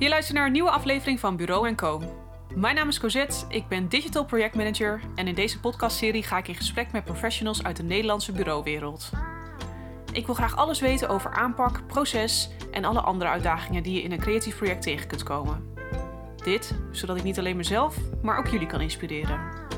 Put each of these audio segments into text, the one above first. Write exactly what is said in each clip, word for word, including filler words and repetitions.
Je luistert naar een nieuwe aflevering van Bureau en Co. Mijn naam is Cosette, ik ben Digital Project Manager en in deze podcastserie ga ik in gesprek met professionals uit de Nederlandse bureauwereld. Ik wil graag alles weten over aanpak, proces en alle andere uitdagingen die je in een creatief project tegen kunt komen. Dit, zodat ik niet alleen mezelf, maar ook jullie kan inspireren.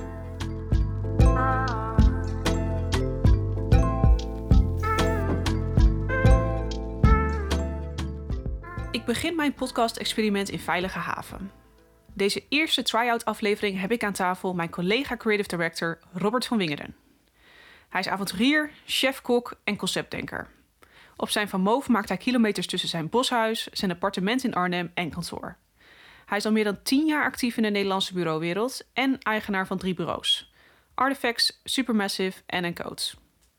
Ik begin mijn podcast-experiment in veilige haven. Deze eerste try-out aflevering heb ik aan tafel mijn collega Creative Director Robert van Wingerden. Hij is avonturier, chef-kok en conceptdenker. Op zijn Van Moof maakt hij kilometers tussen zijn boshuis, zijn appartement in Arnhem en kantoor. Hij is al meer dan tien jaar actief in de Nederlandse bureauwereld en eigenaar van drie bureaus. Artifacts, Supermassive en Codes.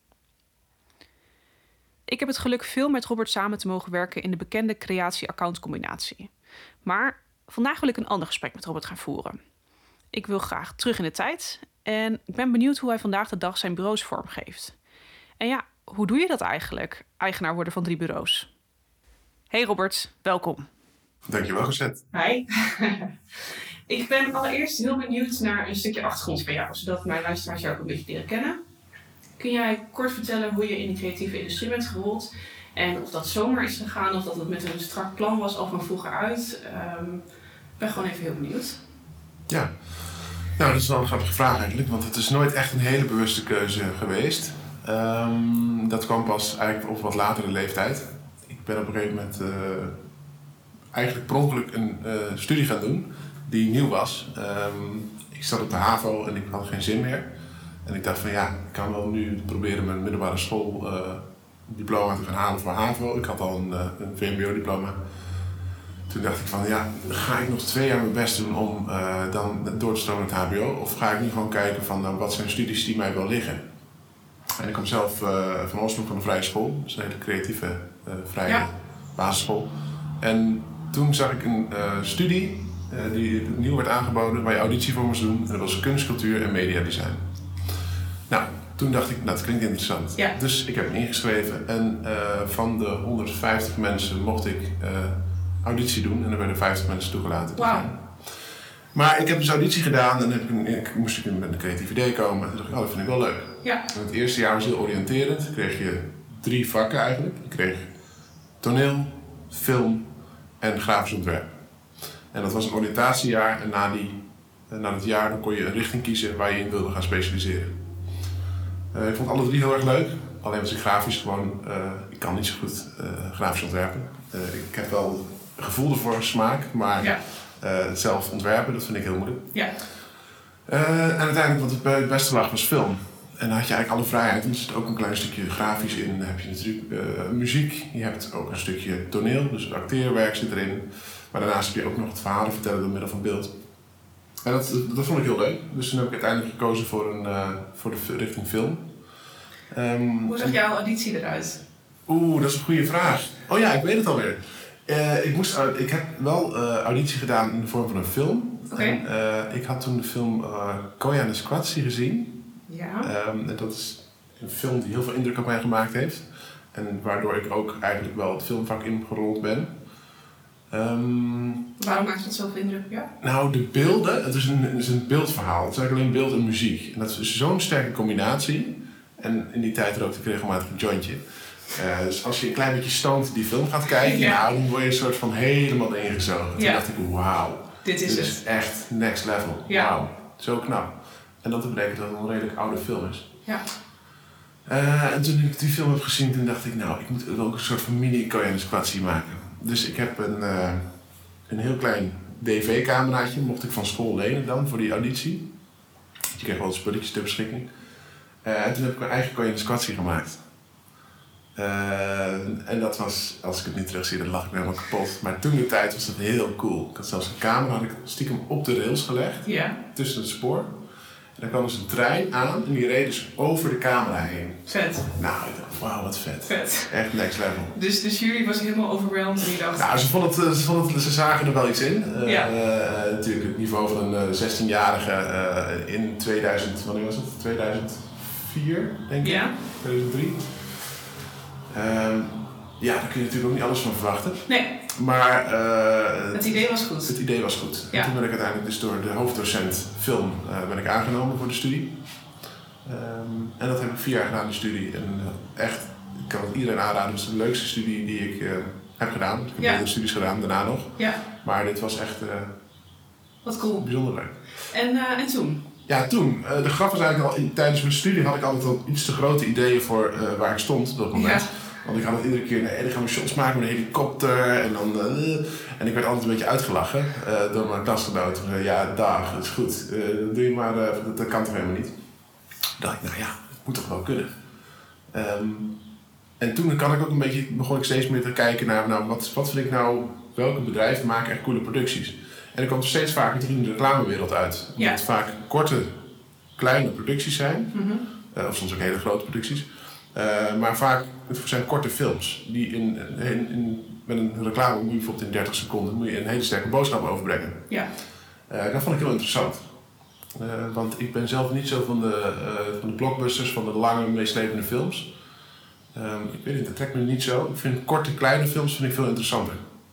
Ik heb het geluk veel met Robert samen te mogen werken in de bekende creatie-account combinatie. Maar vandaag wil ik een ander gesprek met Robert gaan voeren. Ik wil graag terug in de tijd en ik ben benieuwd hoe hij vandaag de dag zijn bureaus vormgeeft. En ja, hoe doe je dat eigenlijk, eigenaar worden van drie bureaus? Hey Robert, welkom. Dankjewel, Cosette. Hi. Ik ben allereerst heel benieuwd naar een stukje achtergrond van jou, zodat mijn luisteraars jou ook een beetje leren kennen. Kun jij kort vertellen hoe je in de creatieve industrie bent gerold en of dat zomaar is gegaan of dat het met een strak plan was al van vroeger uit? Um, ik ben gewoon even heel benieuwd. Ja, nou dat is wel een grappige vraag eigenlijk, want het is nooit echt een hele bewuste keuze geweest. Um, dat kwam pas eigenlijk op wat latere leeftijd. Ik ben op een gegeven moment uh, eigenlijk per ongeluk een uh, studie gaan doen die nieuw was. Um, ik zat op de HAVO en ik had geen zin meer. En ik dacht van ja, ik kan wel nu proberen mijn middelbare school uh, diploma te gaan halen voor HAVO. Ik had al een, uh, een V M B O-diploma. Toen dacht ik van ja, ga ik nog twee jaar mijn best doen om uh, dan door te stromen naar het H B O? Of ga ik nu gewoon kijken van uh, wat zijn studies die mij wel liggen? En ik kom zelf uh, van oorsprong van een vrije school. Dus een hele creatieve, uh, vrije ja. basisschool. En toen zag ik een uh, studie uh, die nieuw werd aangeboden waar je auditie voor moest doen. En dat was kunst, cultuur en mediadesign. Nou, toen dacht ik, nou, dat klinkt interessant. Ja. Dus ik heb me ingeschreven en uh, van de honderdvijftig mensen mocht ik uh, auditie doen en er werden vijftig mensen toegelaten. Wow. Maar ik heb dus auditie gedaan en heb ik een, ik, moest ik met een creatief idee komen en toen dacht ik, oh, dat vind ik wel leuk. Ja. En het eerste jaar was heel oriënterend. Dan kreeg je drie vakken eigenlijk. Je kreeg toneel, film en grafisch ontwerp. En dat was een oriëntatiejaar en na, die, na dat jaar dan kon je een richting kiezen waar je in wilde gaan specialiseren. Uh, ik vond alle drie heel erg leuk, alleen was ik grafisch gewoon, uh, ik kan niet zo goed uh, grafisch ontwerpen. Uh, ik heb wel gevoel ervoor, smaak, maar ja. uh, zelf ontwerpen, dat vind ik heel moeilijk. Ja. Uh, en uiteindelijk, wat het beste lag, was film. En dan had je eigenlijk alle vrijheid, en er zit ook een klein stukje grafisch in. Dan heb je natuurlijk uh, muziek, je hebt ook een stukje toneel, dus het acteerwerk zit erin. Maar daarnaast heb je ook nog het verhalen vertellen door middel van beeld. En dat, dat vond ik heel leuk. Dus toen heb ik uiteindelijk gekozen voor, een, uh, voor de richting film. Um, Hoe zag jouw auditie eruit? Oeh, dat is een goede vraag. Oh ja, ik weet het alweer. Uh, ik, moest, uh, ik heb wel uh, auditie gedaan in de vorm van een film. Okay. En, uh, ik had toen de film uh, Koya en de Squatsi gezien. Ja. Um, en dat is een film die heel veel indruk op mij gemaakt heeft. En waardoor ik ook eigenlijk wel het filmvak ingerold ben. Um, Waarom maakt het zoveel indruk op jou? Nou, de beelden, het is een, het is een beeldverhaal. Het is eigenlijk alleen beeld en muziek. En dat is zo'n sterke combinatie. En in die tijd rookte ik regelmatig een jointje. Uh, dus als je een klein beetje stoned die film gaat kijken, ja. nou, dan word je een soort van helemaal ingezogen. Toen ja. dacht ik, wauw, dit is dit het. is echt next level. Ja. Wauw, zo knap. En dat betekent dat het een redelijk oude film is. Ja. Uh, en toen ik die film heb gezien, toen dacht ik, nou, ik moet ook een soort van mini-Koya en de Squatsi maken. Dus ik heb een, uh, een heel klein D V-cameraatje, mocht ik van school lenen dan, voor die auditie. Je kreeg wel spulletjes ter beschikking. Uh, en toen heb ik mijn eigen Koya en de Squatsi gemaakt. Uh, en dat was, als ik het nu terugzie, dan lag ik me helemaal kapot. Maar toen de tijd was dat heel cool. Ik had zelfs een camera, had ik stiekem op de rails gelegd, ja. tussen het spoor. En dan kwam dus een trein aan en die reed dus over de camera heen. Vet. Nou, ik dacht, wauw, wat vet. Vet. Echt next level. Dus de jury was helemaal overwhelmed en je dacht... Nou, ze, vonden het, ze, vonden het, ze zagen er wel iets in. Uh, ja. uh, natuurlijk het niveau van een uh, zestienjarige uh, in tweeduizend, wanneer was het? tweeduizend vier, denk ik. Ja. tweeduizend drie. Um, Ja, daar kun je natuurlijk ook niet alles van verwachten. Nee. Maar uh, het idee was goed. Het idee was goed. Ja. En toen ben ik uiteindelijk dus door de hoofddocent film uh, ben ik aangenomen voor de studie. Um, en dat heb ik vier jaar gedaan, die studie. En uh, echt, ik kan het iedereen aanraden, het was de leukste studie die ik uh, heb gedaan. Ik heb ja. meerdere studies gedaan daarna nog. Ja. Maar dit was echt uh, wat cool. Bijzonder leuk. En, uh, en toen? Ja, toen. Uh, de grap was eigenlijk al, in, tijdens mijn studie had ik altijd al iets te grote ideeën voor uh, waar ik stond op dat moment. Ja. Want ik had het iedere keer, nee, dan gaan we shots maken met een helikopter. En dan, uh, en ik werd altijd een beetje uitgelachen uh, door mijn klasgenoten. Uh, ja, dag, dat is goed. Uh, doe je maar, uh, dat, dat kan toch helemaal niet. Toen dacht ik, nou ja, dat moet toch wel kunnen. Um, en toen kan ik ook een beetje, begon ik steeds meer te kijken naar, nou, wat, wat vind ik nou, welke bedrijven maken echt coole producties. En ik kwam er steeds vaker in de reclamewereld uit. Omdat ja. het vaak korte, kleine producties zijn. Mm-hmm. Uh, of soms ook hele grote producties. Uh, maar vaak het zijn korte films. Die in, in, in, met een reclame moet je bijvoorbeeld in dertig seconden moet je een hele sterke boodschap overbrengen. Ja. Uh, dat vond ik heel interessant. Uh, want ik ben zelf niet zo van de, uh, van de blockbusters, van de lange, meeslepende films. Um, ik weet niet, dat trekt me niet zo. Ik vind korte, kleine films vind ik veel interessanter.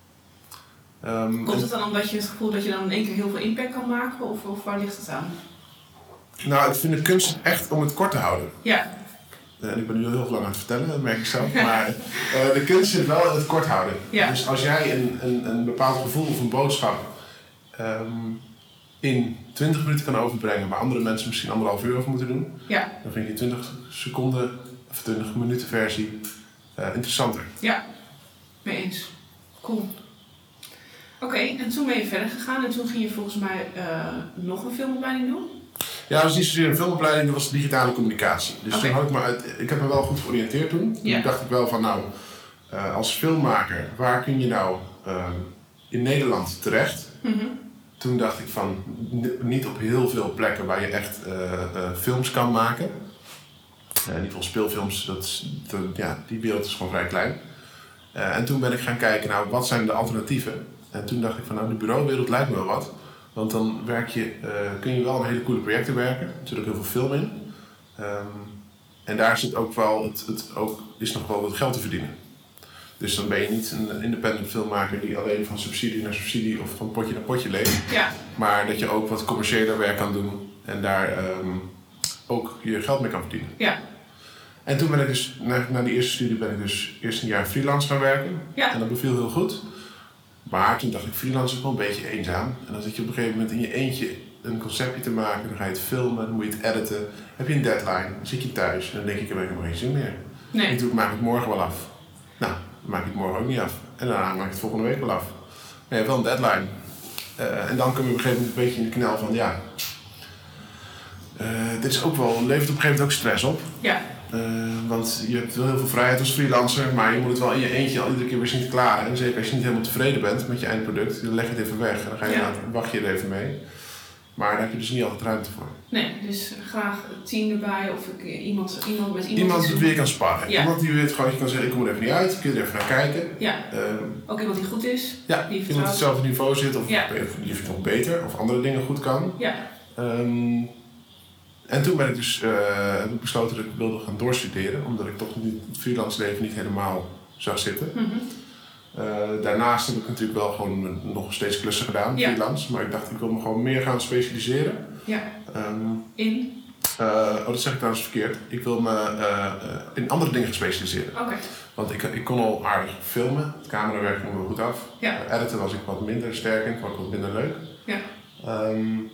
Um, Komt het dan omdat je het gevoel dat je dan in één keer heel veel impact kan maken? Of, of waar ligt het aan? Nou, ik vind de kunst echt om het kort te houden. Ja. Uh, en ik ben nu heel lang aan het vertellen, dat merk ik zelf. Maar uh, de kunst zit wel in het kort houden. Ja. Dus als jij een, een, een bepaald gevoel of een boodschap um, in twintig minuten kan overbrengen, waar andere mensen misschien anderhalf uur over moeten doen, ja. dan vind ik die twintig seconden of twintig minuten versie uh, interessanter. Ja, mee eens. Cool. Oké, okay, en toen ben je verder gegaan en toen ging je volgens mij uh, nog een filmopleiding doen? Ja, dat was niet zozeer een filmopleiding, dat was digitale communicatie. Dus okay. toen had ik me uit, ik heb me wel goed georiënteerd toen. Toen yeah. dacht ik wel van nou, uh, als filmmaker, waar kun je nou uh, in Nederland terecht? Mm-hmm. Toen dacht ik van n- niet op heel veel plekken waar je echt uh, uh, films kan maken. Uh, in ieder geval speelfilms, dat is, dat, ja, die wereld is gewoon vrij klein. Uh, en toen ben ik gaan kijken, nou, wat zijn de alternatieven? En toen dacht ik van, nou, de bureauwereld lijkt me wel wat. Want dan werk je, uh, kun je wel aan hele coole projecten werken. Er zit ook heel veel film in. Um, en daar zit ook wel, het, het ook, is nog wel wat geld te verdienen. Dus dan ben je niet een independent filmmaker die alleen van subsidie naar subsidie of van potje naar potje leeft. Ja. Maar dat je ook wat commerciëler werk kan doen en daar um, ook je geld mee kan verdienen. Ja. En toen ben ik dus, na, na die eerste studie ben ik dus eerst een jaar freelance gaan werken. Ja. En dat beviel heel goed. Maar toen dacht ik, freelance is wel een beetje eenzaam. En dan zit je op een gegeven moment in je eentje een conceptje te maken. Dan ga je het filmen, dan moet je het editen. Heb je een deadline, dan zit je thuis. En dan denk ik, ik heb helemaal geen zin meer. Nee. En toen maak ik het morgen wel af. Nou, dan maak ik het morgen ook niet af. En daarna maak ik het volgende week wel af. Maar je hebt wel een deadline. Uh, en dan kom je op een gegeven moment een beetje in de knel van, ja... Uh, dit is ook wel, levert op een gegeven moment ook stress op. Ja. Uh, want je hebt wel heel veel vrijheid als freelancer, maar je moet het wel in je eentje al iedere keer weer zien te klaren. En zeker als je niet helemaal tevreden bent met je eindproduct, dan leg je het even weg en dan ga je ja. wacht je er even mee. Maar daar heb je dus niet altijd ruimte voor. Nee, dus graag het team erbij of ik, iemand, iemand met iemand... Iemand die weer kan sparren. Ja. Iemand die weer gewoon je kan zeggen, ik kom er even niet uit, kun je er even naar kijken. Ja. Um, ook iemand die goed is. Ja, die iemand op hetzelfde niveau zit of ja. die vindt nog beter of andere dingen goed kan. Ja. Um, En toen ben ik dus uh, heb ik besloten dat ik wilde gaan doorstuderen, omdat ik toch niet, het freelance leven niet helemaal zag zitten. Mm-hmm. Uh, daarnaast heb ik natuurlijk wel gewoon nog steeds klussen gedaan, ja. freelance, maar ik dacht ik wil me gewoon meer gaan specialiseren. Ja. Um, in? Uh, oh, dat zeg ik trouwens verkeerd. Ik wil me uh, uh, in andere dingen gaan specialiseren. Oké. Okay. Want ik, ik kon al aardig filmen, het camerawerk ging me wel goed af. Ja. Uh, editen was ik wat minder sterk in, vond ik wat minder leuk. Ja. Um,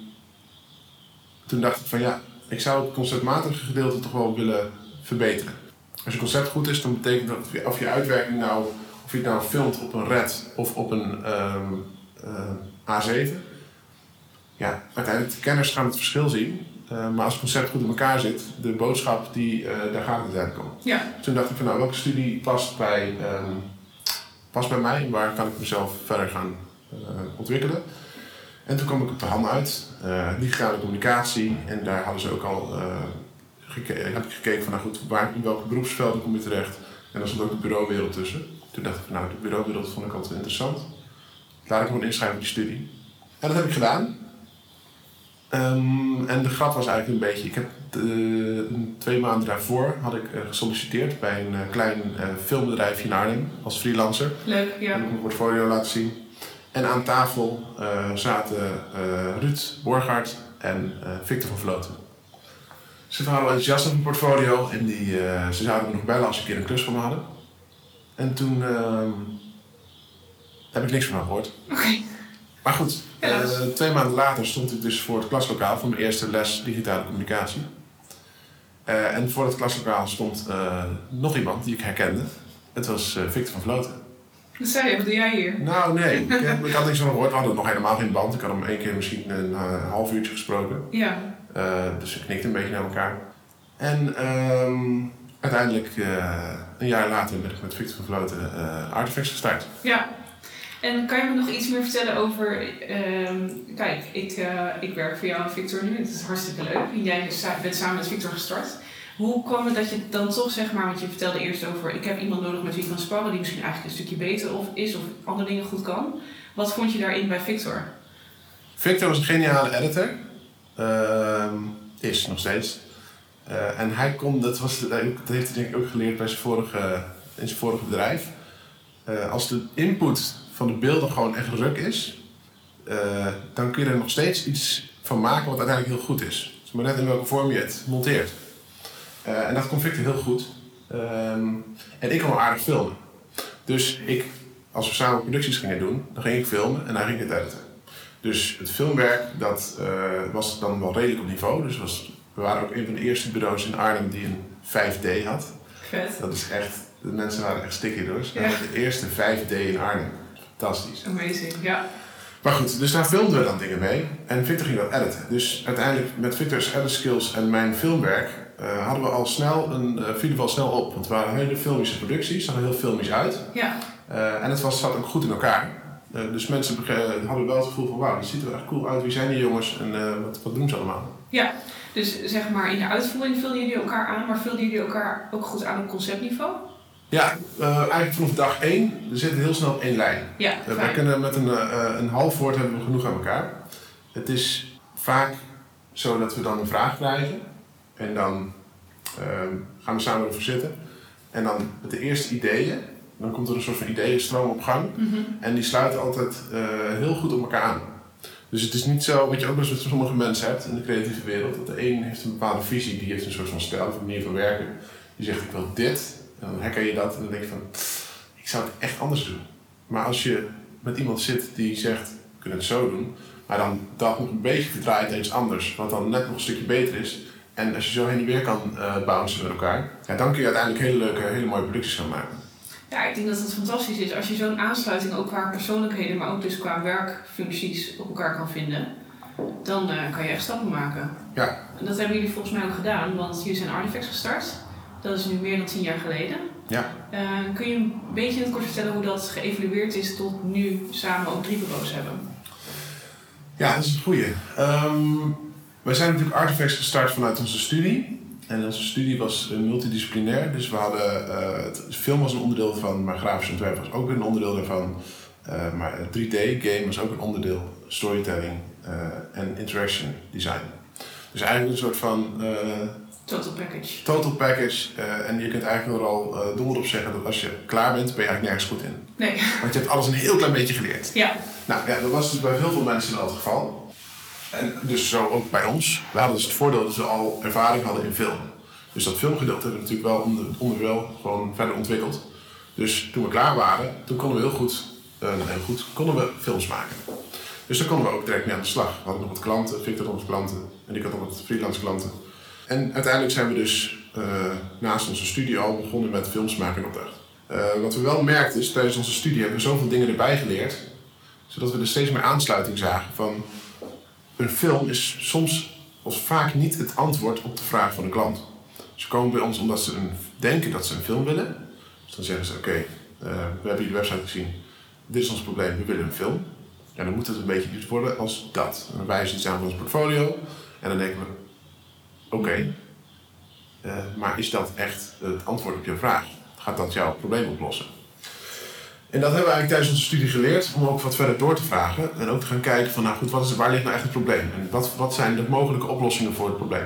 toen dacht ik van ja, ik zou het conceptmatige gedeelte toch wel willen verbeteren. Als je concept goed is, dan betekent dat of je uitwerking nou, of je het nou filmt op een red of op een um, uh, A zeven. Ja, uiteindelijk de kenners gaan het verschil zien. Uh, maar als het concept goed in elkaar zit, de boodschap, die, uh, daar gaat het uiteindelijk om. Ja. Toen dacht ik van nou, welke studie past bij, um, past bij mij? Waar kan ik mezelf verder gaan uh, ontwikkelen? En toen kwam ik op de hand uit, uh, digitale communicatie. En daar hadden ze ook al, uh, geke- heb ik gekeken van nou goed, waar, in welke beroepsvelden kom je terecht? En daar stond ook de bureauwereld tussen. Toen dacht ik van nou, de bureauwereld vond ik altijd interessant. Laat ik me gewoon inschrijven op die studie. En dat heb ik gedaan. Um, en de grap was eigenlijk een beetje... Ik heb uh, twee maanden daarvoor had ik uh, gesolliciteerd bij een uh, klein uh, filmbedrijfje in Arnhem als freelancer. Leuk, ja. Heb ik mijn portfolio laten zien. En aan tafel uh, zaten uh, Ruud Borgaert en uh, Victor van Vloten. Ze waren wel enthousiast op mijn portfolio en die, uh, ze zouden me nog bellen als ze een keer een klus van me hadden. En toen uh, heb ik niks van haar gehoord. Oké. Okay. Maar goed, uh, twee maanden later stond ik dus voor het klaslokaal voor mijn eerste les digitale communicatie. Uh, en voor het klaslokaal stond uh, nog iemand die ik herkende. Het was uh, Victor van Vloten. Wat zei je? Wat doe jij hier? Nou, nee. Ik, heb, ik had niks van hem gehoord. We hadden nog helemaal geen band. Ik had hem één keer misschien een uh, half uurtje gesproken. Ja. Uh, dus we knikten een beetje naar elkaar. En um, uiteindelijk, uh, een jaar later, ben ik met Victor van Vloten uh, Artifacts gestart. Ja. En kan je me nog iets meer vertellen over... Uh, kijk, ik, uh, ik werk voor jou en Victor nu. Het is hartstikke leuk. Jij bent samen met Victor gestart. Hoe kwam het dat je dan toch, zeg maar... Want je vertelde eerst over... Ik heb iemand nodig met wie ik kan sparren... die misschien eigenlijk een stukje beter of is... of andere dingen goed kan. Wat vond je daarin bij Victor? Victor was een geniale editor. Uh, is nog steeds. Uh, en hij kon... Dat, was, dat heeft hij denk ik ook geleerd bij zijn vorige, in zijn vorige bedrijf. Uh, als de input van de beelden gewoon echt ruk is... Uh, dan kun je er nog steeds iets van maken wat uiteindelijk heel goed is. Dus maar net in welke vorm je het monteert. Uh, en dat kon Victor heel goed. Um, en ik kon wel aardig filmen. Dus ik, als we samen producties gingen doen, dan ging ik filmen en hij ging het editen. Dus het filmwerk, dat uh, was dan wel redelijk op niveau. Dus was, we waren ook een van de eerste bureaus in Arnhem die een vijf D had. Vet. Dat is echt, de mensen waren echt sticky doors. We ja. hadden de eerste vijf D in Arnhem. Fantastisch. Amazing, ja. Maar goed, dus daar filmden we dan dingen mee. En Victor ging dat editen. Dus uiteindelijk met Victor's edit skills en mijn filmwerk uh, hadden we al snel een, uh, vielen we al snel op. Want het waren hele filmische producties, zag er heel filmisch uit. Ja. Uh, en het was, zat ook goed in elkaar. Uh, dus mensen uh, hadden wel het gevoel van wauw, dat ziet er echt cool uit. Wie zijn die jongens en uh, wat, wat doen ze allemaal? Ja, dus zeg maar in de uitvoering vulden jullie elkaar aan, maar vulden jullie elkaar ook goed aan op conceptniveau? Ja, uh, eigenlijk vanaf dag één, we zitten heel snel op één lijn. Ja, uh, wij kunnen met een, uh, een half woord hebben we genoeg aan elkaar. Het is vaak zo dat we dan een vraag krijgen en dan uh, gaan we samen ervoor zitten. En dan met de eerste ideeën, dan komt er een soort van ideeënstroom op gang. Mm-hmm. En die sluiten altijd uh, heel goed op elkaar aan. Dus het is niet zo, wat je ook wel eens met sommige mensen hebt in de creatieve wereld, dat de een heeft een bepaalde visie, die heeft een soort van stijl of een manier van werken. Die zegt ik wil dit. En dan hacker je dat en dan denk je van, ik zou het echt anders doen. Maar als je met iemand zit die zegt, we kunnen het zo doen, maar dan dat nog een beetje verdraait naar iets anders, wat dan net nog een stukje beter is. En als je zo heen en weer kan uh, bouncen met elkaar, ja, dan kun je uiteindelijk hele leuke, hele mooie producties gaan maken. Ja, ik denk dat het fantastisch is als je zo'n aansluiting ook qua persoonlijkheden, maar ook dus qua werkfuncties op elkaar kan vinden. Dan uh, kan je echt stappen maken. Ja. En dat hebben jullie volgens mij ook gedaan, want jullie zijn Artifacts gestart. Dat is nu meer dan tien jaar geleden. Ja. Uh, kun je een beetje in het kort vertellen hoe dat geëvalueerd is tot nu samen ook drie bureaus hebben? Ja, dat is een goeie. Um, wij zijn natuurlijk Artifacts gestart vanuit onze studie. En onze studie was multidisciplinair. Dus we hadden, uh, het film was een onderdeel van, maar grafisch ontwerp was ook een onderdeel daarvan. Uh, maar drie D, game was ook een onderdeel, storytelling uh, en interaction design. Dus eigenlijk een soort van... Uh, Total package. Total package. Uh, en je kunt eigenlijk er al uh, donder op zeggen dat als je klaar bent, ben je eigenlijk nergens goed in. Nee. Want je hebt alles een heel klein beetje geleerd. Ja. Nou ja, dat was dus bij heel veel mensen al het geval. En dus zo ook bij ons. We hadden dus het voordeel dat we al ervaring hadden in film. Dus dat filmgedeelte hebben we natuurlijk wel onder, onder wel gewoon verder ontwikkeld. Dus toen we klaar waren, toen konden we heel goed, uh, heel goed konden we films maken. Dus daar konden we ook direct mee aan de slag. We hadden nog wat klanten, Victor had nog wat klanten en ik had nog wat freelance klanten. En uiteindelijk zijn we dus uh, naast onze studie al begonnen met films maken in opdracht. Uh, wat we wel merkten is, tijdens onze studie hebben we zoveel dingen erbij geleerd, zodat we er steeds meer aansluiting zagen van een film is soms of vaak niet het antwoord op de vraag van de klant. Ze komen bij ons omdat ze een, denken dat ze een film willen. Dus dan zeggen ze, oké, okay, uh, we hebben jullie website gezien, dit is ons probleem, we willen een film. En dan moet het een beetje iets worden als dat. En dan wijzen ze iets aan van ons portfolio en dan denken we, oké, okay, uh, maar is dat echt het antwoord op je vraag? Gaat dat jouw probleem oplossen? En dat hebben we eigenlijk tijdens onze studie geleerd, om ook wat verder door te vragen. En ook te gaan kijken van, nou goed, wat is, waar ligt nou echt het probleem? En wat, wat zijn de mogelijke oplossingen voor het probleem?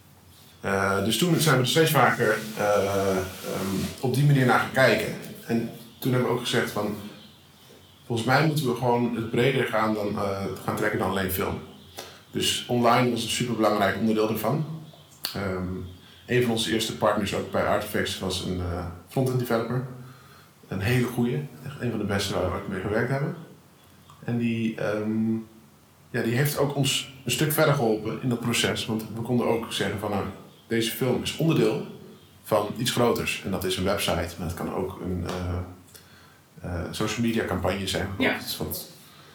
Uh, dus toen zijn we er steeds vaker uh, um, op die manier naar gaan kijken. En toen hebben we ook gezegd van, volgens mij moeten we gewoon het breder gaan, dan, uh, gaan trekken dan alleen film. Dus online was een superbelangrijk onderdeel ervan. Um, een van onze eerste partners ook bij Artifacts was een uh, front-end developer. Een hele goeie, echt een van de beste waar we ook mee gewerkt hebben. En die, um, ja, die heeft ook ons een stuk verder geholpen in dat proces. Want we konden ook zeggen van, nou, deze film is onderdeel van iets groters. En dat is een website, maar het kan ook een uh, uh, social media campagne zijn. Ja. Dat is wat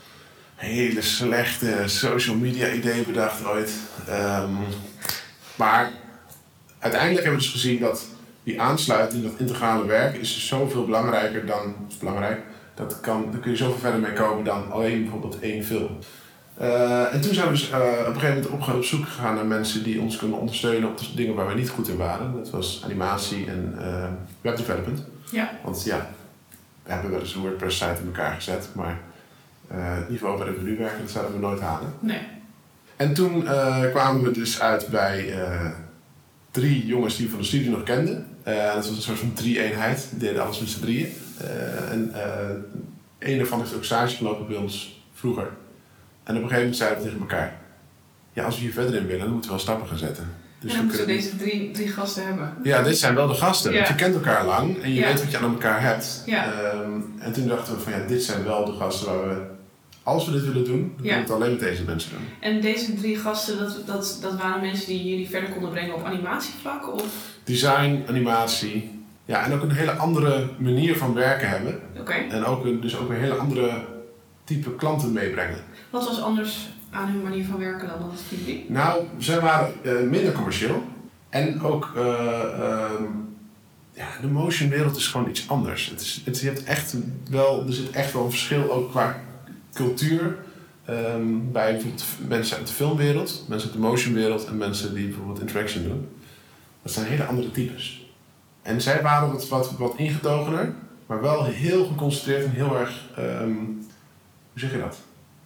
hele slechte social media ideeën bedacht ooit. Um, maar uiteindelijk hebben we dus gezien dat die aansluiting, dat integrale werk, is dus zoveel belangrijker dan, is belangrijk, dat kan, daar kun je zoveel verder mee komen dan alleen bijvoorbeeld één film. Uh, en toen zijn we dus uh, op een gegeven moment op, op zoek gegaan naar mensen die ons kunnen ondersteunen op de dingen waar we niet goed in waren. Dat was animatie en uh, webdevelopment. Ja. Want ja, we hebben wel eens een WordPress site in elkaar gezet, maar uh, het niveau waarin we nu werken, dat zouden we nooit halen. Nee. En toen uh, kwamen we dus uit bij uh, drie jongens die we van de studie nog kenden. Uh, dat was een soort van drie-eenheid, die deden alles met z'n drieën. Uh, en uh, een daarvan heeft ook stage gelopen bij ons vroeger. En op een gegeven moment zeiden we tegen elkaar, ja, als we hier verder in willen, dan moeten we wel stappen gaan zetten. Dus en dan moeten we deze drie, drie gasten hebben. Ja, dit zijn wel de gasten, ja. want je kent elkaar lang en je ja. weet wat je aan elkaar hebt. Ja. Um, en toen dachten we van, ja, dit zijn wel de gasten waar we, als we dit willen doen, dan ja. kunnen we het alleen met deze mensen doen. En deze drie gasten, dat, dat, dat waren mensen die jullie verder konden brengen op animatievlak? Of? Design, animatie, ja, en ook een hele andere manier van werken hebben. Okay. En ook een, dus ook een hele andere type klanten meebrengen. Wat was anders aan hun manier van werken dan dat jullie? Nou, zij waren uh, minder commercieel. En ook, uh, um, ja, de motion wereld is gewoon iets anders. Het is, het, je hebt echt wel, er zit echt wel een verschil ook qua cultuur. Um, bij bijvoorbeeld mensen uit de filmwereld, mensen uit de motionwereld en mensen die bijvoorbeeld interaction doen. Dat zijn hele andere types. En zij waren wat, wat, wat ingetogener, maar wel heel geconcentreerd en heel erg, um, hoe zeg je dat?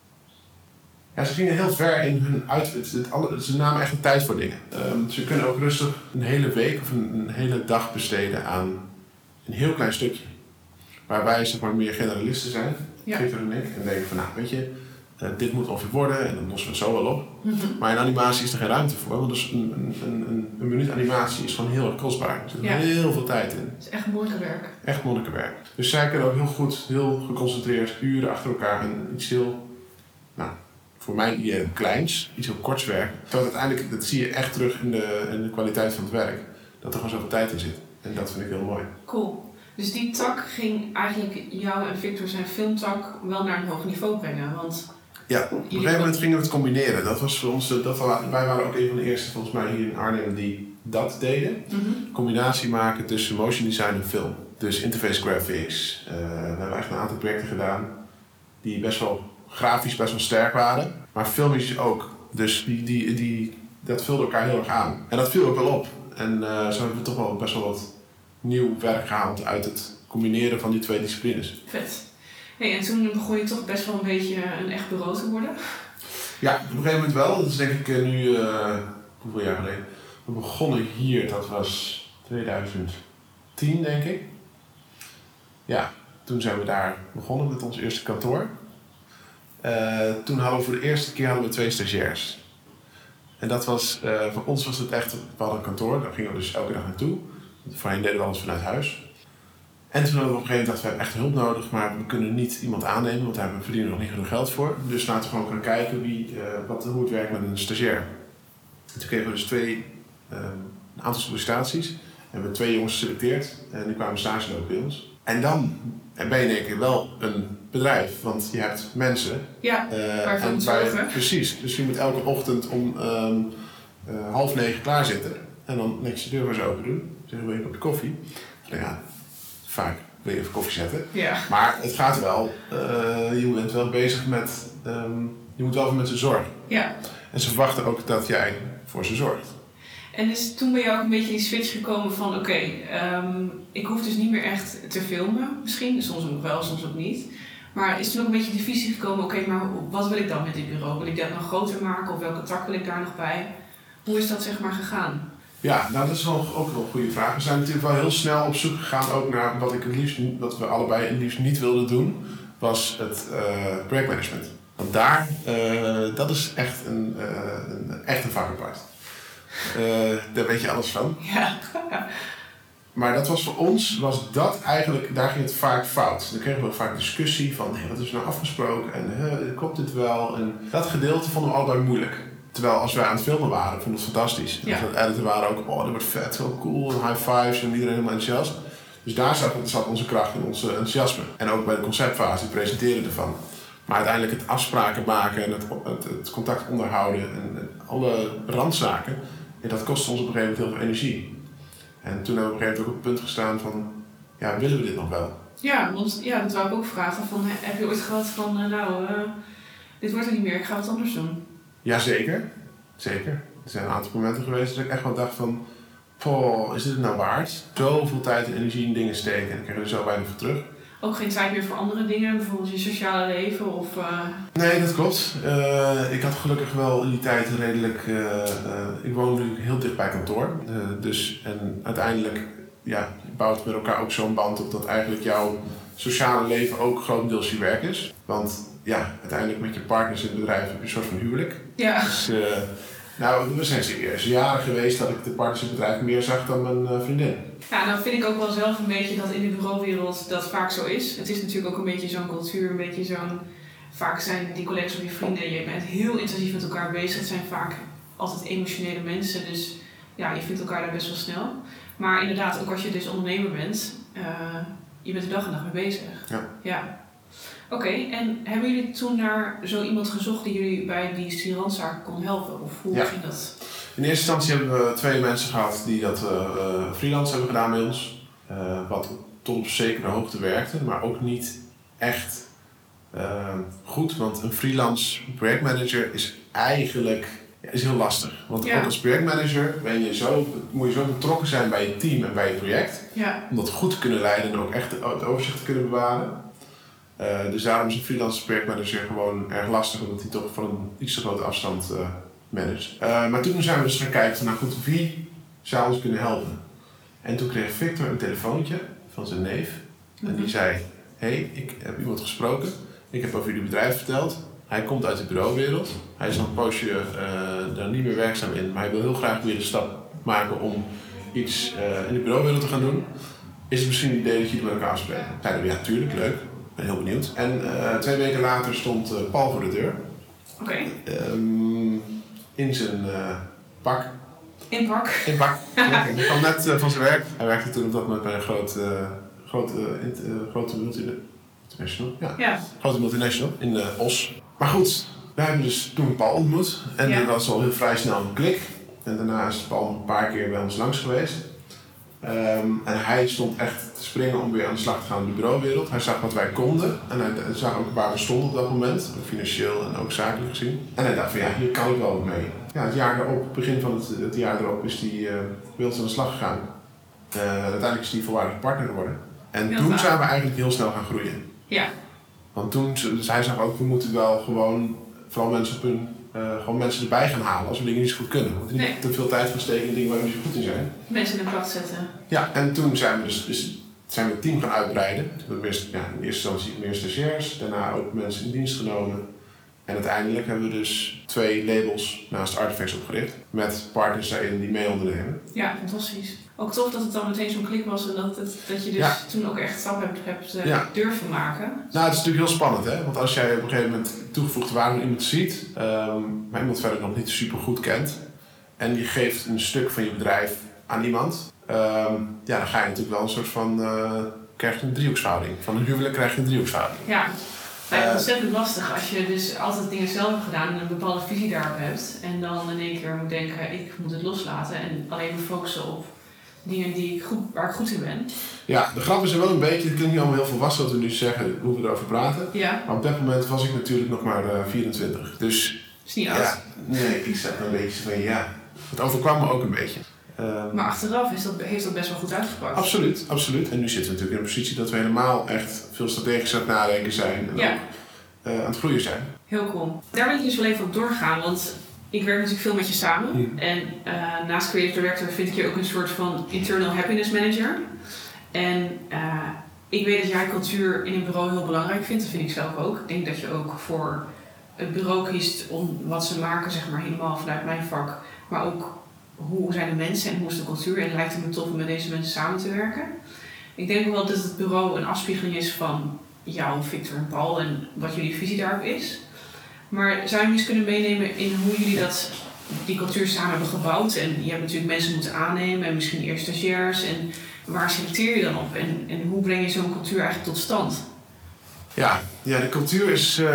Ja, ze gingen heel ver in hun uit. Het, het, alle, ze namen echt de tijd voor dingen. Um, ze kunnen ook rustig een hele week of een, een hele dag besteden aan een heel klein stukje. Waar wij zeg maar meer generalisten zijn, ja. Victor en ik, en denken van nou weet je, uh, dit moet ongeveer worden en dan lossen we het zo wel op. Mm-hmm. Maar in animatie is er geen ruimte voor, want dus een, een, een, een minuut animatie is gewoon heel erg kostbaar. Er zit ja. heel veel tijd in. Het is echt monnikenwerk. Echt monnikenwerk. Dus zij kunnen ook heel goed, heel geconcentreerd, uren achter elkaar en iets heel, nou, voor mij iets kleins, iets heel korts werken. Terwijl uiteindelijk, dat zie je echt terug in de, in de kwaliteit van het werk. Dat er gewoon zoveel tijd in zit. En dat vind ik heel mooi. Cool. Dus die tak ging eigenlijk jou en Victor zijn filmtak wel naar een hoog niveau brengen. Want ja, op een gegeven moment gingen we het combineren. Dat was voor ons, dat, wij waren ook een van de eerste volgens mij hier in Arnhem die dat deden. Mm-hmm. Combinatie maken tussen motion design en film. Dus interface graphics. Uh, we hebben echt een aantal projecten gedaan die best wel grafisch best wel sterk waren. Maar filmisch ook. Dus die, die, die, dat vulde elkaar heel erg aan. En dat viel ook wel op. En uh, zo hebben we toch wel best wel wat nieuw werk gehaald uit het combineren van die twee disciplines. Vet. Hey, en toen begon je toch best wel een beetje een echt bureau te worden? Ja, op een gegeven moment wel. Dat is denk ik uh, nu, uh, hoeveel jaar geleden? We begonnen hier, dat was tweeduizend tien denk ik. Ja, toen zijn we daar begonnen met ons eerste kantoor. Uh, toen hadden we voor de eerste keer hadden we twee stagiairs. En dat was, uh, voor ons was het echt, we hadden een kantoor, daar gingen we dus elke dag naartoe. Voorheen deden we alles vanuit huis. En toen hadden we op een gegeven moment gedacht, we hebben echt hulp nodig, maar we kunnen niet iemand aannemen, want daar verdienen we nog niet genoeg geld voor. Dus laten we gewoon gaan kijken wie, uh, wat, hoe het werkt met een stagiair. En toen kregen we dus twee, uh, een aantal sollicitaties. En we hebben twee jongens geselecteerd en die kwamen stage lopen bij ons. En dan ben je in één keer wel een bedrijf, want je hebt mensen. Ja, uh, waar je moet zorgen. Precies, dus je moet elke ochtend om um, uh, half negen klaar zitten. En dan netjes de deur maar zo open doen. Zeggen we even op de koffie. Nou ja, vaak wil je even koffie zetten. Ja. Maar het gaat wel, uh, je bent wel bezig met, um, je moet wel met ze zorgen. Ja. En ze verwachten ook dat jij voor ze zorgt. En is toen bij jou ook een beetje die switch gekomen van... oké, okay, um, ik hoef dus niet meer echt te filmen. Misschien, soms ook wel, soms ook niet. Maar is toen ook een beetje de visie gekomen... oké, okay, maar wat wil ik dan met dit bureau? Wil ik dat nog groter maken? Of welke tak wil ik daar nog bij? Hoe is dat zeg maar gegaan? Ja, nou dat is wel, ook wel een goede vraag. We zijn natuurlijk wel heel snel op zoek gegaan ook naar wat ik het liefst, wat we allebei het liefst niet wilden doen, was het uh, projectmanagement. Want daar, uh, dat is echt een, uh, een, echt een vak apart. Uh, daar weet je alles van. Ja. Maar dat was voor ons, was dat eigenlijk, daar ging het vaak fout. Dan kregen we vaak discussie van, hey, wat is er nou afgesproken en uh, klopt dit wel? En dat gedeelte vonden we allebei moeilijk. Terwijl als wij aan het filmen waren, vonden we het fantastisch. En ja. als we aan het editen waren ook, oh, dat wordt vet, wel cool, en high fives en iedereen helemaal enthousiast. Dus daar zat, zat onze kracht en onze enthousiasme. En ook bij de conceptfase, het presenteren ervan. Maar uiteindelijk het afspraken maken en het, het, het contact onderhouden en, en alle randzaken, ja, dat kostte ons op een gegeven moment heel veel energie. En toen hebben we op een gegeven moment ook op het punt gestaan van, ja, willen we dit nog wel? Ja, want ja, dat wou ik ook vragen. Van, heb je ooit gehad van, uh, nou, uh, dit wordt er niet meer, ik ga wat anders doen? Jazeker, zeker. Er zijn een aantal momenten geweest dat ik echt wel dacht van, poh, is dit het nou waard? Zoveel tijd en energie in dingen steken en ik krijg er zo weinig voor terug. Ook geen tijd meer voor andere dingen, bijvoorbeeld je sociale leven of... Uh... Nee, dat klopt. Uh, ik had gelukkig wel in die tijd redelijk... Uh, uh, ik woon natuurlijk heel dicht bij kantoor. Uh, dus, en uiteindelijk ja, bouwt met elkaar ook zo'n band op dat eigenlijk jouw sociale leven ook grotendeels je werk is. Want ja, uiteindelijk met je partners in het bedrijf heb je een soort van huwelijk. Ja. Dus, uh, nou, we zijn serieus jaren geweest dat ik de partners in het bedrijf meer zag dan mijn uh, vriendin. Ja, nou vind ik ook wel zelf een beetje dat in de bureauwereld dat vaak zo is. Het is natuurlijk ook een beetje zo'n cultuur, een beetje zo'n... Vaak zijn die collega's of je vrienden, je bent heel intensief met elkaar bezig. Het zijn vaak altijd emotionele mensen, dus ja, je vindt elkaar daar best wel snel. Maar inderdaad, ook als je dus ondernemer bent, uh, je bent er dag en dag mee bezig. Ja. Ja. Oké, okay, en hebben jullie toen naar zo iemand gezocht die jullie bij die studierandszaak kon helpen? Of hoe ja. ging dat? In eerste instantie hebben we twee mensen gehad die dat uh, freelance hebben gedaan bij ons. Uh, wat tot op zekere hoogte werkte, maar ook niet echt uh, goed. Want een freelance projectmanager is eigenlijk ja, is heel lastig. Want ja. ook als projectmanager ben je zo, moet je zo betrokken zijn bij je team en bij je project. Ja. Om dat goed te kunnen leiden en ook echt het overzicht te kunnen bewaren. Uh, dus daarom is een freelance projectmanager gewoon erg lastig, omdat hij toch van een iets te grote afstand uh, managt. Uh, maar toen zijn we dus gaan kijken van, nou goed, wie zou ons kunnen helpen? En toen kreeg Victor een telefoontje van zijn neef. Mm-hmm. En die zei, hé, hey, ik heb iemand gesproken. Ik heb over jullie bedrijf verteld. Hij komt uit de bureauwereld. Hij is al een poosje uh, daar niet meer werkzaam in. Maar hij wil heel graag weer de stap maken om iets uh, in de bureauwereld te gaan doen. Is het misschien een idee dat jullie met elkaar afspreken? Zeiden we, ja, tuurlijk, leuk. Ik ben heel benieuwd. En uh, twee weken later stond uh, Paul voor de deur. Oké. Okay. Um, in zijn uh, pak. In pak? In pak. Hij kwam net uh, van zijn werk. Hij werkte toen op dat moment bij een groot, uh, groot, uh, int, uh, grote multinational. Ja. ja. Grote multinational in uh, Os. Maar goed, wij hebben dus toen Paul ontmoet. En ja. dat was al heel vrij snel een klik. En daarna is Paul een paar keer bij ons langs geweest. Um, en hij stond echt te springen om weer aan de slag te gaan in de bureauwereld. Hij zag wat wij konden en hij zag ook waar we stonden op dat moment, financieel en ook zakelijk gezien. En hij dacht van ja, hier kan ik wel wat mee. Ja, het jaar erop, begin van het, het jaar erop, is hij uh, bij ons aan de slag gegaan. Uh, uiteindelijk is hij volwaardige partner geworden. En heel toen waar. zijn we eigenlijk heel snel gaan groeien. Ja. Want toen, dus hij zag ook, we moeten wel gewoon, vooral mensen op hun Uh, gewoon mensen erbij gaan halen als we dingen niet zo goed kunnen. We moeten niet nee. te veel tijd gaan steken in dingen waar we niet zo goed in zijn. Mensen in de kracht zetten. Ja, en toen zijn we dus, dus zijn we het team gaan uitbreiden. Toen hebben we eerst, ja, in eerste instantie meer stagiairs, daarna ook mensen in dienst genomen. En uiteindelijk hebben we dus twee labels naast Artifacts opgericht. Met partners daarin die mee ondernemen. Ja, fantastisch. Ook tof dat het dan meteen zo'n klik was en dat, het, dat je dus ja. toen ook echt stappen hebt, hebt uh, ja. durven maken. Nou, het is natuurlijk heel spannend, hè? Want als jij op een gegeven moment toegevoegde waarde van iemand ziet, um, maar iemand verder nog niet super goed kent, en je geeft een stuk van je bedrijf aan iemand, um, ja, dan ga je natuurlijk wel een soort van, uh, krijg je een driehoeksverhouding. Van een huwelijk krijg je een driehoeksverhouding. Ja. Het is ontzettend lastig als je dus altijd dingen zelf hebt gedaan en een bepaalde visie daarop hebt. En dan in één keer moet denken, ik moet het loslaten en alleen maar focussen op dingen die ik goed, waar ik goed in ben. Ja, de grap is er wel een beetje, het klinkt niet allemaal heel volwassen wat we nu zeggen, hoe we erover praten. Ja. Maar op dat moment was ik natuurlijk nog maar uh, vierentwintig. Dus, is niet oud. Ja, nee, ik zat een beetje van, ja, Het overkwam me ook een beetje. Uh, maar achteraf is dat, heeft dat best wel goed uitgepakt. Absoluut, absoluut. En nu zitten we natuurlijk in een positie dat we helemaal echt veel strategisch aan het nadenken zijn. En ja. ook uh, aan het groeien zijn. Heel cool. Daar wil ik dus wel even op doorgaan, want ik werk natuurlijk veel met je samen. Hmm. En uh, naast Creative Director vind ik je ook een soort van Internal Happiness Manager. En uh, ik weet dat jij cultuur in een bureau heel belangrijk vindt. Dat vind ik zelf ook. Ik denk dat je ook voor het bureau kiest om wat ze maken, zeg maar, helemaal vanuit mijn vak. Maar ook hoe zijn de mensen en hoe is de cultuur. En het lijkt het me tof om met deze mensen samen te werken. Ik denk ook wel dat het bureau een afspiegeling is van jou, Victor en Paul. En wat jullie visie daarop is. Maar zou je me eens kunnen meenemen in hoe jullie dat, die cultuur samen hebben gebouwd? En je hebt natuurlijk mensen moeten aannemen en misschien eerst stagiairs. En waar selecteer je dan op? En, en hoe breng je zo'n cultuur eigenlijk tot stand? Ja, ja de cultuur is uh,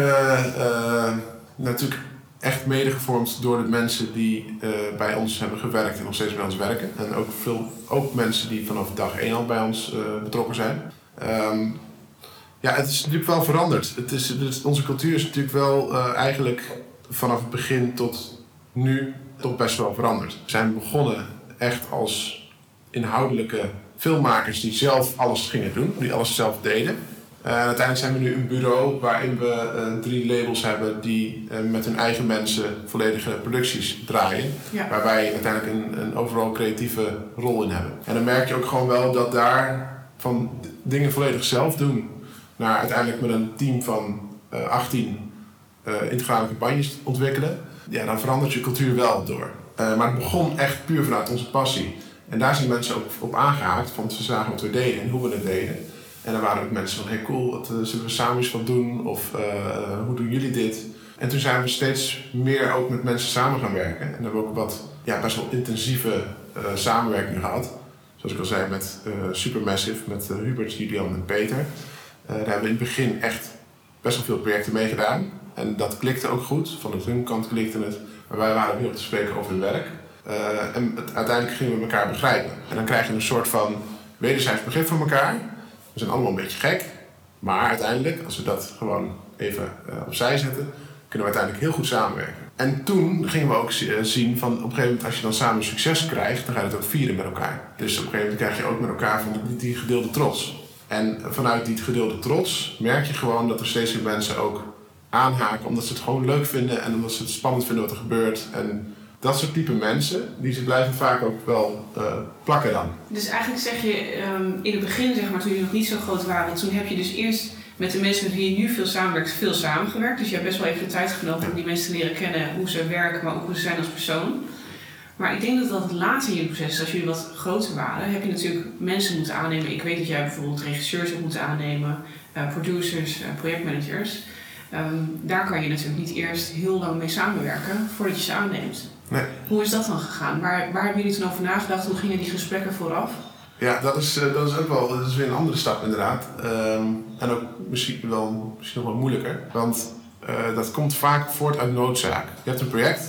uh, natuurlijk echt mede gevormd door de mensen die uh, bij ons hebben gewerkt en nog steeds bij ons werken. En ook, veel, ook mensen die vanaf dag één al bij ons uh, betrokken zijn. Um, Ja, het is natuurlijk wel veranderd. Het is, het is, onze cultuur is natuurlijk wel uh, eigenlijk vanaf het begin tot nu toch best wel veranderd. We zijn begonnen echt als inhoudelijke filmmakers die zelf alles gingen doen, die alles zelf deden. Uh, en uiteindelijk zijn we nu een bureau waarin we uh, drie labels hebben die uh, met hun eigen mensen volledige producties draaien. Ja. Waar wij uiteindelijk een, een overal creatieve rol in hebben. En dan merk je ook gewoon wel dat daar van dingen volledig zelf doen naar uiteindelijk met een team van uh, achttien uh, integrale campagnes ontwikkelen. Ja, dan verandert je cultuur wel door. Uh, maar het begon echt puur vanuit onze passie. En daar zijn mensen ook op aangehaakt, want ze zagen wat we deden en hoe we het deden. En dan waren ook mensen van, hey cool, wat, uh, zullen we samen eens wat doen? Of uh, hoe doen jullie dit? En toen zijn we steeds meer ook met mensen samen gaan werken. En hebben we ook wat ja, best wel intensieve uh, samenwerking gehad. Zoals ik al zei, met uh, Supermassive, met uh, Hubert, Julian en Peter. Uh, daar hebben we in het begin echt best wel veel projecten mee gedaan. En dat klikte ook goed. Van de hun kant klikte het. Maar wij waren heel te spreken over hun werk. Uh, en het, uiteindelijk gingen we elkaar begrijpen. En dan krijg je een soort van wederzijds begrip van elkaar. We zijn allemaal een beetje gek. Maar uiteindelijk, als we dat gewoon even uh, opzij zetten, kunnen we uiteindelijk heel goed samenwerken. En toen gingen we ook zien van op een gegeven moment als je dan samen succes krijgt, dan ga je het ook vieren met elkaar. Dus op een gegeven moment krijg je ook met elkaar van die, die gedeelde trots. En vanuit die gedeelde trots merk je gewoon dat er steeds meer mensen ook aanhaken omdat ze het gewoon leuk vinden en omdat ze het spannend vinden wat er gebeurt. En dat soort type mensen, die ze blijven vaak ook wel uh, plakken dan. Dus eigenlijk zeg je, um, in het begin zeg maar, toen jullie nog niet zo groot waren, toen heb je dus eerst met de mensen met wie je nu veel samenwerkt, veel samengewerkt. Dus je hebt best wel even de tijd genomen om die mensen te leren kennen, hoe ze werken, maar ook hoe ze zijn als persoon. Maar ik denk dat dat het later in jullie proces, als jullie wat groter waren, heb je natuurlijk mensen moeten aannemen. Ik weet dat jij bijvoorbeeld regisseurs hebt moeten aannemen, uh, producers, uh, projectmanagers. Um, daar kan je natuurlijk niet eerst heel lang mee samenwerken voordat je ze aanneemt. Nee. Hoe is dat dan gegaan? Waar, waar hebben jullie toen over nagedacht? Hoe gingen die gesprekken vooraf? Ja, dat is, uh, dat is ook wel dat is weer een andere stap inderdaad. Um, en ook misschien, wel, misschien nog wel moeilijker. Want uh, dat komt vaak voort uit noodzaak. Je hebt een project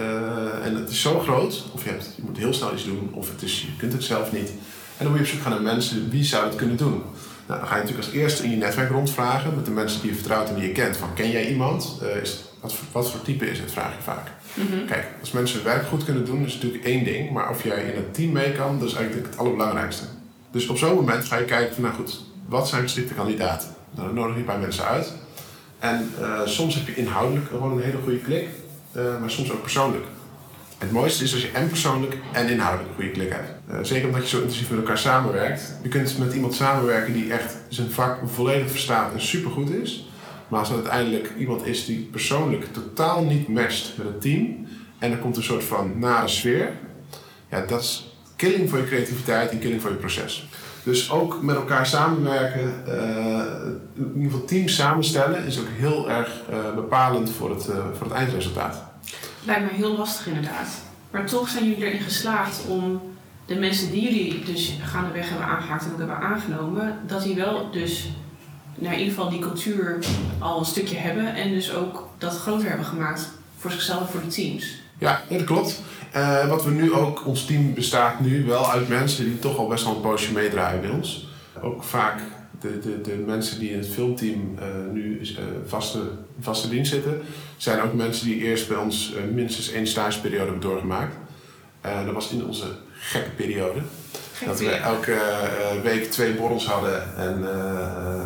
uh, en het is zo groot. Of je, hebt, je moet heel snel iets doen. Of het is, je kunt het zelf niet. En dan moet je op zoek gaan naar mensen. Wie zou het kunnen doen? Nou, dan ga je natuurlijk als eerste in je netwerk rondvragen. Met de mensen die je vertrouwt en die je kent. Van, ken jij iemand? Uh, is, wat, voor, wat voor type is het? Vraag je vaak. Mm-hmm. Kijk, als mensen hun werk goed kunnen doen, is natuurlijk één ding. Maar of jij in het team mee kan, dat is eigenlijk het allerbelangrijkste. Dus op zo'n moment ga je kijken van, nou goed, wat zijn geschikte kandidaten? Nou, dan nodig je een paar mensen uit. En uh, soms heb je inhoudelijk gewoon een hele goede klik. Uh, maar soms ook persoonlijk. Het mooiste is als je en persoonlijk en inhoudelijk een goede klik hebt. Uh, zeker omdat je zo intensief met elkaar samenwerkt. Je kunt met iemand samenwerken die echt zijn vak volledig verstaat en supergoed is. Maar als het uiteindelijk iemand is die persoonlijk totaal niet matcht met het team. En er komt een soort van nare sfeer. Ja, dat is killing voor je creativiteit en killing voor je proces. Dus ook met elkaar samenwerken, uh, in ieder geval teams samenstellen, is ook heel erg uh, bepalend voor het, uh, voor het eindresultaat. Lijkt me heel lastig inderdaad. Maar toch zijn jullie erin geslaagd om de mensen die jullie dus gaandeweg hebben aangehaakt en ook hebben aangenomen, dat die wel dus nou, in ieder geval die cultuur al een stukje hebben en dus ook dat groter hebben gemaakt voor zichzelf en voor de teams. Ja, dat klopt. Uh, wat we nu ook, ons team bestaat nu wel uit mensen die toch al best wel een poosje meedraaien bij ons. Ook vaak de, de, de mensen die in het filmteam uh, nu uh, vaste, vaste dienst zitten, zijn ook mensen die eerst bij ons uh, minstens één stageperiode hebben doorgemaakt. Uh, dat was in onze gekke periode. Gekke dat we elke uh, week twee borrels hadden en uh, uh,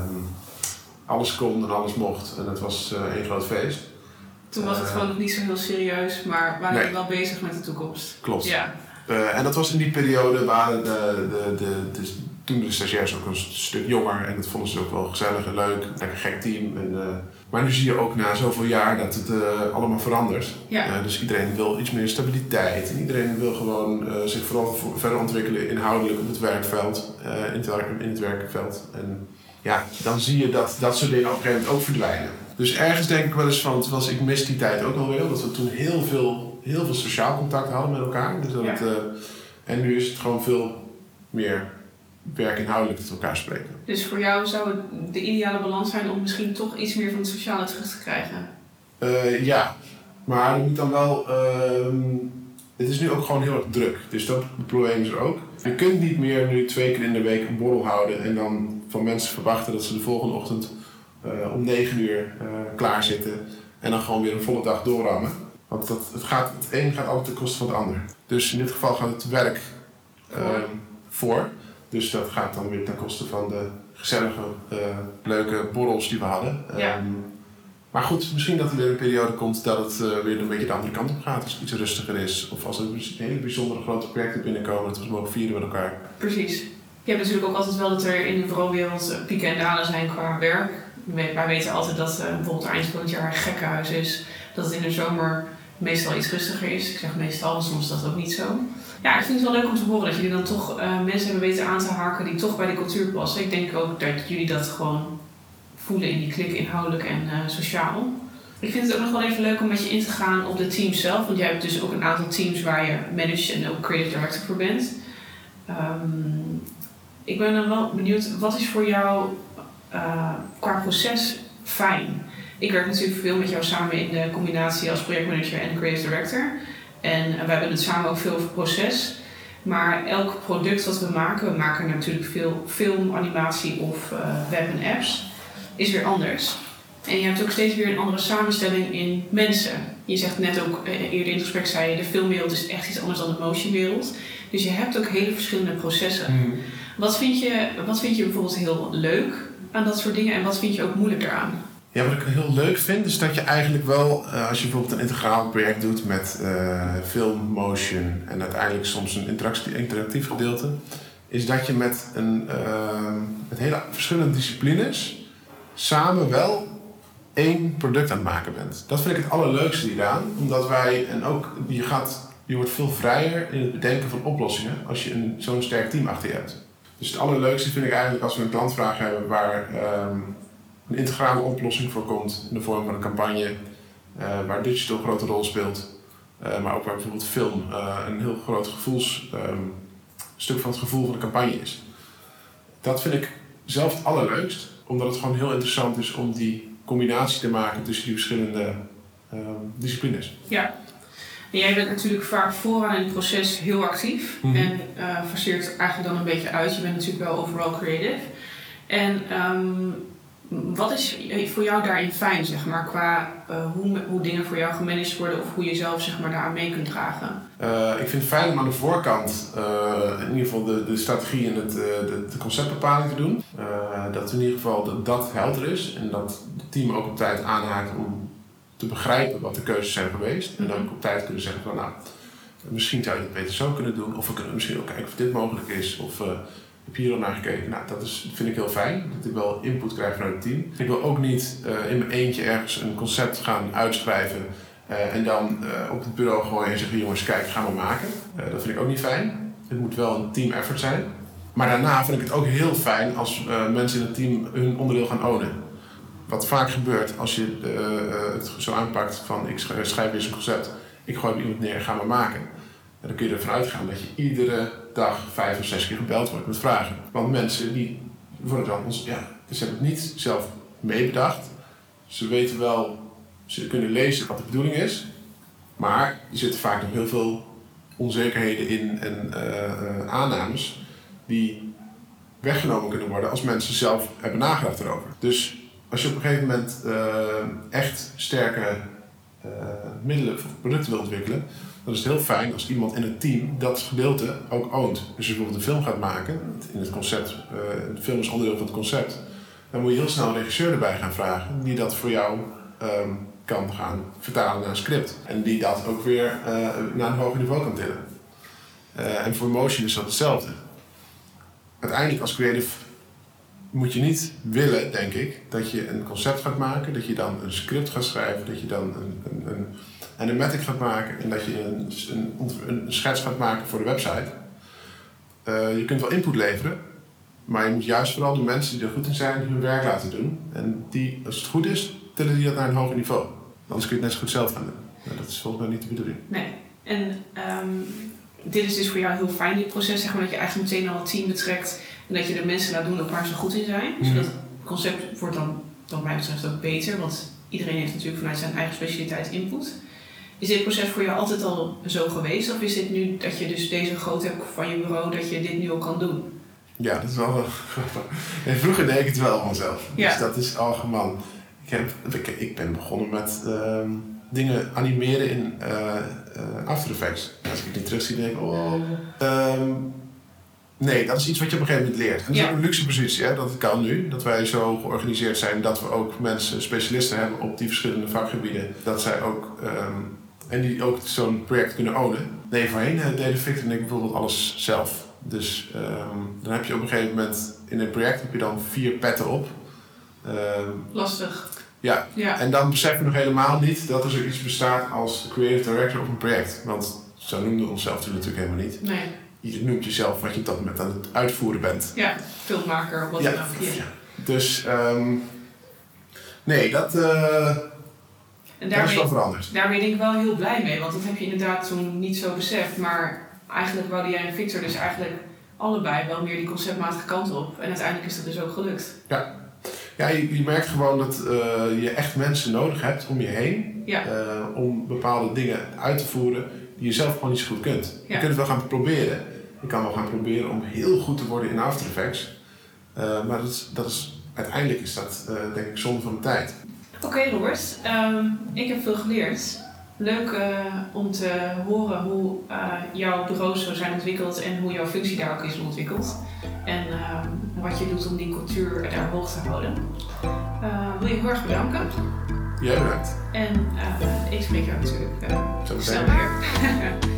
alles kon en alles mocht. En het was uh, één groot feest. Toen was het uh, gewoon nog niet zo heel serieus, maar waren we nee. wel bezig met de toekomst. Klopt. Ja. Uh, en dat was in die periode waren de, de, de, de, toen de stagiairs ook een stuk jonger en dat vonden ze ook wel gezellig en leuk. Lekker gek team. En, uh, maar nu zie je ook na zoveel jaar dat het uh, allemaal verandert. Ja. Uh, dus iedereen wil iets meer stabiliteit. En iedereen wil gewoon uh, zich vooral voor, verder ontwikkelen inhoudelijk op het werkveld. Uh, in, het, in het werkveld. En ja, dan zie je dat dat soort dingen op een gegeven moment ook verdwijnen. Dus ergens denk ik wel eens van, was, ik mis die tijd ook wel weer. Omdat we toen heel veel, heel veel sociaal contact hadden met elkaar. Dus dat ja. het, uh, en nu is het gewoon veel meer werkinhoudelijk met elkaar spreken. Dus voor jou zou het de ideale balans zijn om misschien toch iets meer van het sociale terug te krijgen? Uh, ja, maar het moet dan wel... Uh, het is nu ook gewoon heel erg druk. Dus dat probleem is er ook. Je kunt niet meer nu twee keer in de week een borrel houden en dan van mensen verwachten dat ze de volgende ochtend uh, om negen uur uh, klaar zitten en dan gewoon weer een volle dag doorrammen. Want dat, het, gaat, het een gaat altijd ten koste van het ander. Dus in dit geval gaat het werk uh, voor. Dus dat gaat dan weer ten koste van de gezellige, uh, leuke borrels die we hadden. Ja. Um, maar goed, misschien dat er weer een periode komt dat het uh, weer een beetje de andere kant op gaat. Als het iets rustiger is. Of als er hele bijzondere grote projecten binnenkomen. Dat we mogen vieren met elkaar. Precies. Je hebt natuurlijk ook altijd wel dat er in de bureauwereld pieken en dalen zijn qua werk. Wij weten altijd dat uh, bijvoorbeeld eind van het jaar een gekkenhuis is. Dat het in de zomer meestal iets rustiger is. Ik zeg meestal, soms is dat ook niet zo. Ja, ik vind het wel leuk om te horen dat jullie dan toch uh, mensen hebben weten aan te haken die toch bij de cultuur passen. Ik denk ook dat jullie dat gewoon voelen in die klik, inhoudelijk en uh, sociaal. Ik vind het ook nog wel even leuk om met je in te gaan op de teams zelf. Want jij hebt dus ook een aantal teams waar je manager en ook creative director voor bent. Um, ik ben dan wel benieuwd, wat is voor jou uh, qua proces fijn? Ik werk natuurlijk veel met jou samen in de combinatie als projectmanager en creative director. En we hebben het samen ook veel over proces. Maar elk product wat we maken, we maken natuurlijk veel film, animatie of uh, web en apps, is weer anders. En je hebt ook steeds weer een andere samenstelling in mensen. Je zegt net ook, eerder in het gesprek zei je, de filmwereld is echt iets anders dan de motionwereld. Dus je hebt ook hele verschillende processen. Mm. Wat vind je, wat vind je bijvoorbeeld heel leuk aan dat soort dingen en wat vind je ook moeilijk eraan? Ja, wat ik heel leuk vind is dat je eigenlijk wel, uh, als je bijvoorbeeld een integraal project doet met uh, film, motion en uiteindelijk soms een interactief, interactief gedeelte, is dat je met, een, uh, met hele verschillende disciplines samen wel één product aan het maken bent. Dat vind ik het allerleukste hieraan, omdat wij, en ook je, gaat, je wordt veel vrijer in het bedenken van oplossingen als je een, zo'n sterk team achter je hebt. Dus het allerleukste vind ik eigenlijk als we een klantvraag hebben waar um, een integrale oplossing voor komt in de vorm van een campagne, uh, waar digital een grote rol speelt, uh, maar ook waar bijvoorbeeld film uh, een heel groot gevoels, um, stuk van het gevoel van de campagne is. Dat vind ik zelf het allerleukst, omdat het gewoon heel interessant is om die combinatie te maken tussen die verschillende uh, disciplines. Ja, en jij bent natuurlijk vaak vooraan in het proces heel actief mm-hmm. en uh, faceert eigenlijk dan een beetje uit. Je bent natuurlijk wel overal creative. En um, wat is voor jou daarin fijn, zeg maar, qua uh, hoe, hoe dingen voor jou gemanaged worden of hoe je zelf, zeg maar, daaraan mee kunt dragen? Uh, ik vind het fijn om aan de voorkant uh, in ieder geval de, de strategie en het, uh, de, de conceptbepaling te doen. Uh, dat in ieder geval dat, dat helder is en dat het team ook op tijd aanhaakt om te begrijpen wat de keuzes zijn geweest. Mm-hmm. En dan ook op tijd kunnen zeggen van nou, misschien zou je het beter zo kunnen doen of we kunnen misschien ook kijken of dit mogelijk is. Of, uh, ik heb hier al naar gekeken. Nou, dat is, vind ik heel fijn, dat ik wel input krijg vanuit het team. Ik wil ook niet uh, in mijn eentje ergens een concept gaan uitschrijven uh, en dan uh, op het bureau gooien en zeggen, jongens, kijk, gaan we maken. Uh, dat vind ik ook niet fijn. Het moet wel een team effort zijn. Maar daarna vind ik het ook heel fijn als uh, mensen in het team hun onderdeel gaan ownen. Wat vaak gebeurt als je uh, uh, het zo aanpakt van, ik schrijf weer eens een concept, ik gooi bij iemand neer en ga maar maken. En dan kun je ervan uitgaan dat je iedere dag vijf of zes keer gebeld wordt met vragen. Want mensen die worden dan ons, ja, ze hebben het niet zelf meebedacht. Ze weten wel, ze kunnen lezen wat de bedoeling is. Maar er zitten vaak nog heel veel onzekerheden in en uh, aannames die weggenomen kunnen worden als mensen zelf hebben nagedacht erover. Dus als je op een gegeven moment uh, echt sterke uh, middelen of producten wil ontwikkelen, dan is het heel fijn als iemand in het team dat gedeelte ook oont. Dus als je bijvoorbeeld een film gaat maken, in het concept, uh, de film is onderdeel van het concept, dan moet je heel snel een regisseur erbij gaan vragen die dat voor jou um, kan gaan vertalen naar een script. En die dat ook weer uh, naar een hoger niveau kan tillen. Uh, en voor motion is dat hetzelfde. Uiteindelijk als creative moet je niet willen, denk ik, dat je een concept gaat maken, dat je dan een script gaat schrijven, dat je dan een, een, een animatic gaat maken en dat je een, een, een schets gaat maken voor de website. Uh, je kunt wel input leveren, maar je moet juist vooral de mensen die er goed in zijn, hun werk laten doen. En die, als het goed is, tillen die dat naar een hoger niveau. Anders kun je het net zo goed zelf gaan doen. Nou, dat is volgens mij niet de bedoeling. Nee. En um, dit is dus voor jou heel fijn, dit proces, zeg maar, dat je eigenlijk meteen al het team betrekt en dat je de mensen laat doen ook waar ze goed in zijn. Dus Mm-hmm. dat concept wordt dan, wat mij betreft, ook beter, want iedereen heeft natuurlijk vanuit zijn eigen specialiteit input. Is dit proces voor jou altijd al zo geweest? Of is dit nu dat je dus deze grootte hebt van je bureau, dat je dit nu al kan doen? Ja, dat is wel grappig. Nee, vroeger deed ik het wel vanzelf. Ja. Dus dat is algemeen. Ik, heb, ik, ik ben begonnen met um, dingen animeren in uh, uh, After Effects. Als ik het niet terug zie, denk ik, oh. Um, nee, dat is iets wat je op een gegeven moment leert. En dat is Ja. ook een luxe positie, hè, dat het kan nu. Dat wij zo georganiseerd zijn dat we ook mensen, specialisten hebben op die verschillende vakgebieden. Dat zij ook, um, en die ook zo'n project kunnen ownen. Nee, voorheen uh, deden Victor en ik bijvoorbeeld alles zelf. Dus um, dan heb je op een gegeven moment in een project heb je dan vier petten op. Um, Lastig. ja. Ja. En dan besef je nog helemaal niet dat er zoiets bestaat als creative director op een project. Want zo noemden we onszelf toen natuurlijk helemaal niet. Nee. Je noemt jezelf wat je op dat moment aan het uitvoeren bent. Ja, filmmaker, wat Ja. dan ook. Ja. Ja. Dus um, nee, dat, uh, En dat is daarmee, wel veranderd. daar ben ik wel heel blij mee, want dat heb je inderdaad toen niet zo beseft. Maar eigenlijk wouden jij en Victor dus eigenlijk allebei wel meer die conceptmatige kant op. En uiteindelijk is dat dus ook gelukt. Ja, ja je, je merkt gewoon dat uh, je echt mensen nodig hebt om je heen. Ja. Uh, om bepaalde dingen uit te voeren die je zelf gewoon niet zo goed kunt. Ja. Je kunt het wel gaan proberen. Je kan wel gaan proberen om heel goed te worden in After Effects. Uh, maar dat is, dat is, uiteindelijk is dat uh, denk ik zonde van de tijd. Oké okay, Robert, um, ik heb veel geleerd. Leuk uh, om te horen hoe uh, jouw bureaus zo zijn ontwikkeld en hoe jouw functie daar ook is ontwikkeld. En uh, wat je doet om die cultuur daar hoog te houden. Uh, wil je heel erg bedanken. Jij bedankt. En uh, ik spreek jou natuurlijk uh, Zo snel weer.